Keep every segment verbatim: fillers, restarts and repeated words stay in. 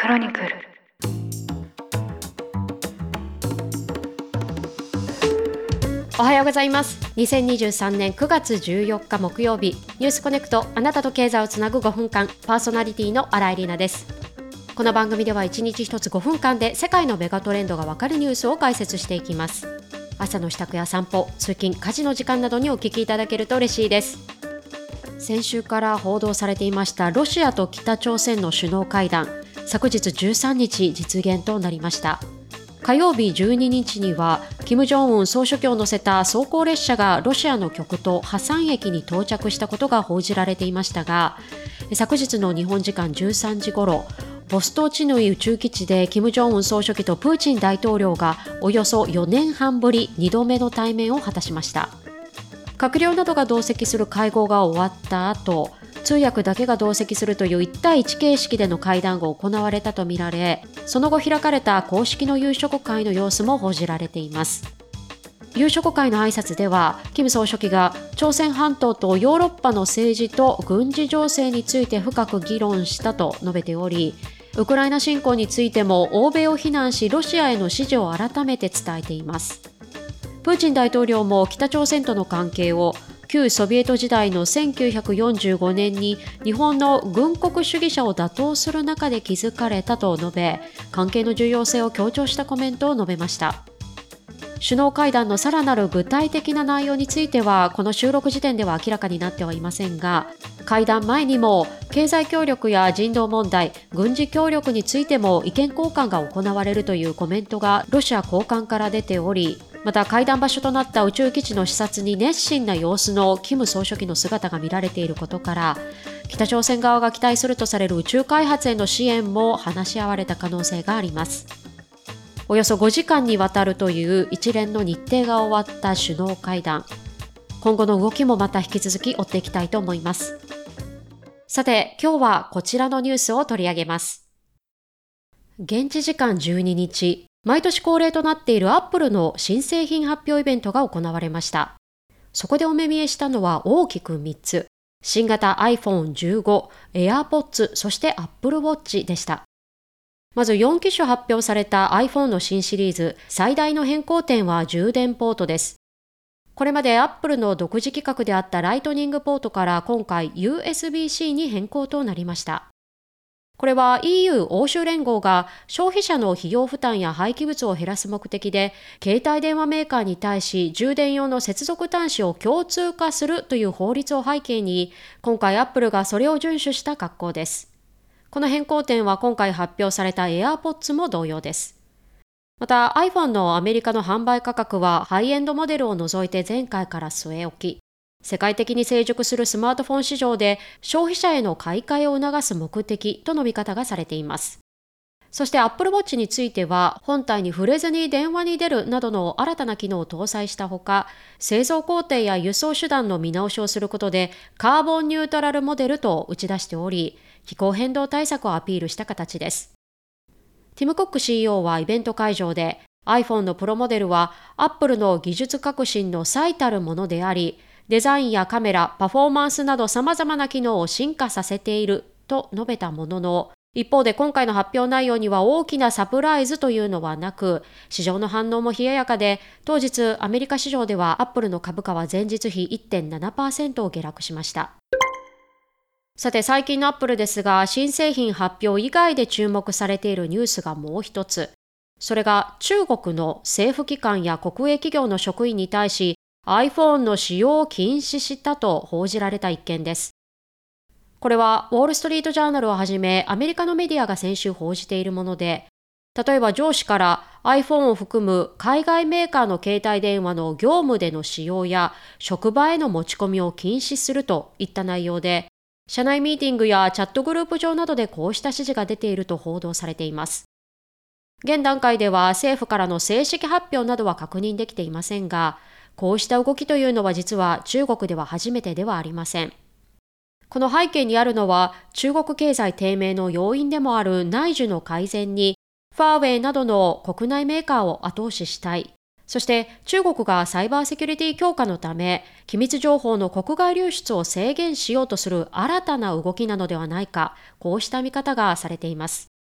クロニクル。 おはようございます。にせんにじゅうさんねんくがつじゅうよっか木曜日、ニュースコネクト、あなたと経済をつなぐごふんかん、パーソナリティの新井里奈です。この番組ではいちにちひとつごふんかんで世界のメガトレンドがわかるニュースを解説していきます。朝の支度や散歩、通勤、家事の時間などにお聞きいただけると嬉しいです。先週から報道されていましたロシアと北朝鮮の首脳会談、昨日じゅうさんにち実現となりました。火曜日じゅうににちには金正恩総書記を乗せた装甲列車がロシアの極東ハサン駅に到着したことが報じられていましたが、昨日の日本時間じゅうさんじごろ、ボストーチヌイ宇宙基地で金正恩総書記とプーチン大統領がおよそよねんはんぶりにどめの対面を果たしました。閣僚などが同席する会合が終わった後、通訳だけが同席するといういちたいいち形式での会談が行われたとみられ、その後開かれた公式の夕食会の様子も報じられています。夕食会の挨拶では、金総書記が朝鮮半島とヨーロッパの政治と軍事情勢について深く議論したと述べており、ウクライナ侵攻についても欧米を非難し、ロシアへの支持を改めて伝えています。プーチン大統領も北朝鮮との関係を旧ソビエト時代のせんきゅうひゃくよんじゅうごねんに日本の軍国主義者を打倒する中で築かれたと述べ、関係の重要性を強調したコメントを述べました。首脳会談のさらなる具体的な内容についてはこの収録時点では明らかになってはいませんが、会談前にも経済協力や人道問題、軍事協力についても意見交換が行われるというコメントがロシア高官から出ており、また会談場所となった宇宙基地の視察に熱心な様子の金総書記の姿が見られていることから、北朝鮮側が期待するとされる宇宙開発への支援も話し合われた可能性があります。およそごじかんにわたるという一連の日程が終わった首脳会談、今後の動きもまた引き続き追っていきたいと思います。さて、今日はこちらのニュースを取り上げます。現地時間じゅうににち、毎年恒例となっているアップルの新製品発表イベントが行われました。そこでお目見えしたのは大きくみっつ、新型 アイフォンじゅうご、AirPods、そして Apple Watch でした。まずよんきしゅ発表された iPhone の新シリーズ、最大の変更点は充電ポートです。これまで Apple の独自規格であったライトニングポートから今回 ユーエスビーシー に変更となりました。これは イーユー 欧州連合が消費者の費用負担や廃棄物を減らす目的で、携帯電話メーカーに対し充電用の接続端子を共通化するという法律を背景に、今回 Apple がそれを遵守した格好です。この変更点は今回発表された AirPods も同様です。また iPhone のアメリカの販売価格はハイエンドモデルを除いて前回から据え置き、世界的に成熟するスマートフォン市場で消費者への買い替えを促す目的との見方がされています。そして Apple Watch については本体に触れずに電話に出るなどの新たな機能を搭載したほか、製造工程や輸送手段の見直しをすることでカーボンニュートラルモデルと打ち出しており、気候変動対策をアピールした形です。ティム・コック シーイーオー はイベント会場で iPhone のプロモデルは Apple の技術革新の最たるものであり、デザインやカメラ、パフォーマンスなど様々な機能を進化させていると述べたものの、一方で今回の発表内容には大きなサプライズというのはなく、市場の反応も冷ややかで、当日アメリカ市場では Apple の株価は前日比 いってんななパーセント を下落しました。さて、最近の Apple ですが、新製品発表以外で注目されているニュースがもう一つ。それが中国の政府機関や国営企業の職員に対し、iPhone の使用を禁止したと報じられた一件です。これはウォールストリートジャーナルをはじめアメリカのメディアが先週報じているもので、例えば上司から iPhone を含む海外メーカーの携帯電話の業務での使用や職場への持ち込みを禁止するといった内容で、社内ミーティングやチャットグループ上などでこうした指示が出ていると報道されています。現段階では政府からの正式発表などは確認できていませんが、こうした動きというのは実は中国では初めてではありません。この背景にあるのは中国経済低迷の要因でもある内需の改善に、ファーウェイなどの国内メーカーを後押ししたい。そして中国がサイバーセキュリティ強化のため、機密情報の国外流出を制限しようとする新たな動きなのではないか、こうした見方がされています。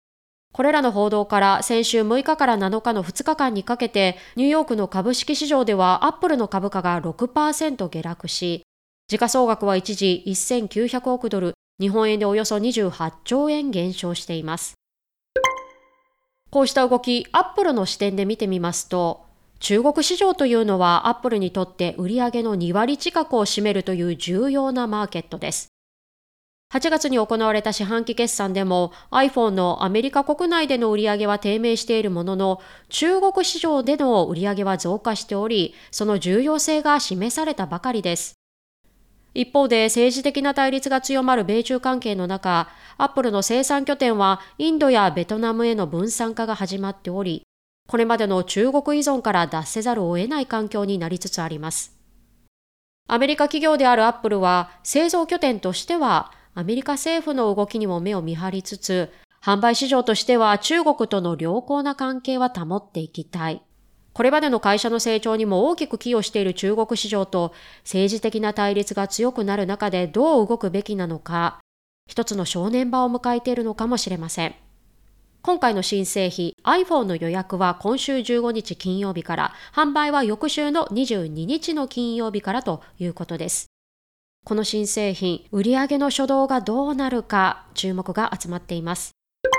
これらの報道から先週むいかからなのかのふつかかんにかけてニューヨークの株式市場ではアップルの株価が ろくパーセント 下落し、時価総額は一時せんきゅうひゃくおくドル、日本円でおよそにじゅうはっちょうえん減少しています。こうした動き、アップルの視点で見てみますと、中国市場というのはアップルにとって売上のにわり近くを占めるという重要なマーケットです。はちがつに行われた四半期決算でも iPhone のアメリカ国内での売上は低迷しているものの、中国市場での売上は増加しており、その重要性が示されたばかりです。一方で政治的な対立が強まる米中関係の中、アップルの生産拠点はインドやベトナムへの分散化が始まっており、これまでの中国依存から脱せざるを得ない環境になりつつあります。アメリカ企業であるアップルは製造拠点としてはアメリカ政府の動きにも目を見張りつつ、販売市場としては中国との良好な関係は保っていきたい。これまでの会社の成長にも大きく寄与している中国市場と政治的な対立が強くなる中でどう動くべきなのか、一つの正念場を迎えているのかもしれません。今回の新製品 iPhone の予約は今週じゅうごにち金曜日から、販売は翌週のにじゅうににちの金曜日からということです。この新製品、売上の初動がどうなるか注目が集まっています。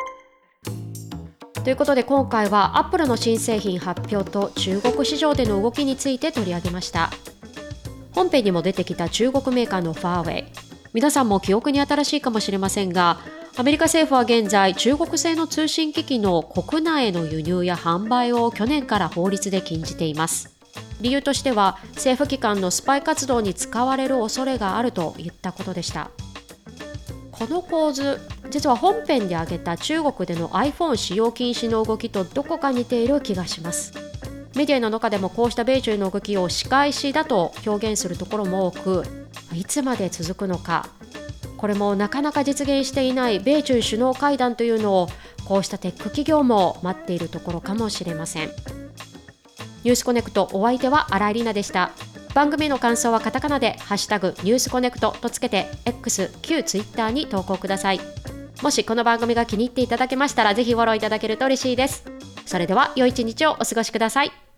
ということで今回はアップルの新製品発表と中国市場での動きについて取り上げました。本編にも出てきた中国メーカーのファーウェイ。皆さんも記憶に新しいかもしれませんが、アメリカ政府は現在中国製の通信機器の国内への輸入や販売を去年から法律で禁じています。理由としては政府機関のスパイ活動に使われる恐れがあるといったことでした。この構図、実は本編で挙げた中国での iPhone 使用禁止の動きとどこか似ている気がします。メディアの中でもこうした米中の動きを仕返しだと表現するところも多く、いつまで続くのか、これもなかなか実現していない米中首脳会談というのをこうしたテック企業も待っているところかもしれません。ニュースコネクト、お相手は新井里奈でした。番組の感想はカタカナでハッシュタグニュースコネクトとつけて X、旧 Twitter に投稿ください。もしこの番組が気に入っていただけましたらぜひフォローいただけると嬉しいです。それでは良い一日をお過ごしください。